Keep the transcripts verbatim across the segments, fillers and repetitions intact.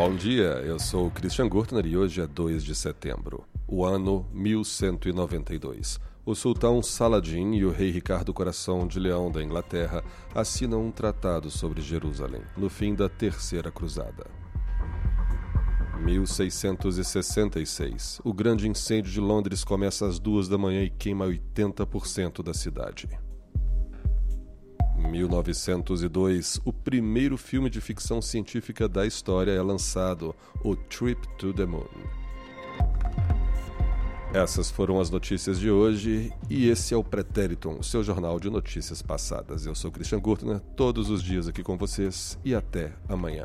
Bom dia, eu sou o Christian Gurtner e hoje é dois de setembro, o ano mil cento e noventa e dois. O sultão Saladin e o rei Ricardo Coração de Leão da Inglaterra assinam um tratado sobre Jerusalém, no fim da Terceira Cruzada. mil seiscentos e sessenta e seis. O grande incêndio de Londres começa às duas da manhã e queima oitenta por cento da cidade. mil novecentos e dois. O primeiro filme de ficção científica da história é lançado, o Trip to the Moon. Essas foram as notícias de hoje e esse é o Pretériton, o seu jornal de notícias passadas. Eu sou Christian Gurtner, todos os dias aqui com vocês e até amanhã.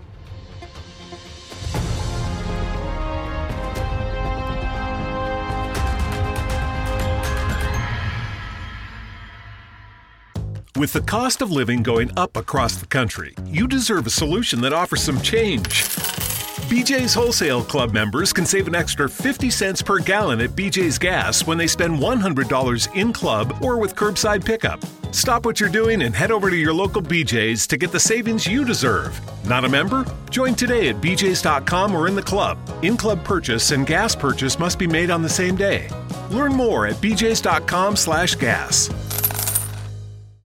With the cost of living going up across the country, you deserve a solution that offers some change. B J's Wholesale Club members can save an extra fifty cents per gallon at B J's Gas when they spend one hundred dollars in club or with curbside pickup. Stop what you're doing and head over to your local B J's to get the savings you deserve. Not a member? Join today at b j's dot com or in the club. In-club purchase and gas purchase must be made on the same day. Learn more at b j's dot com slash gas.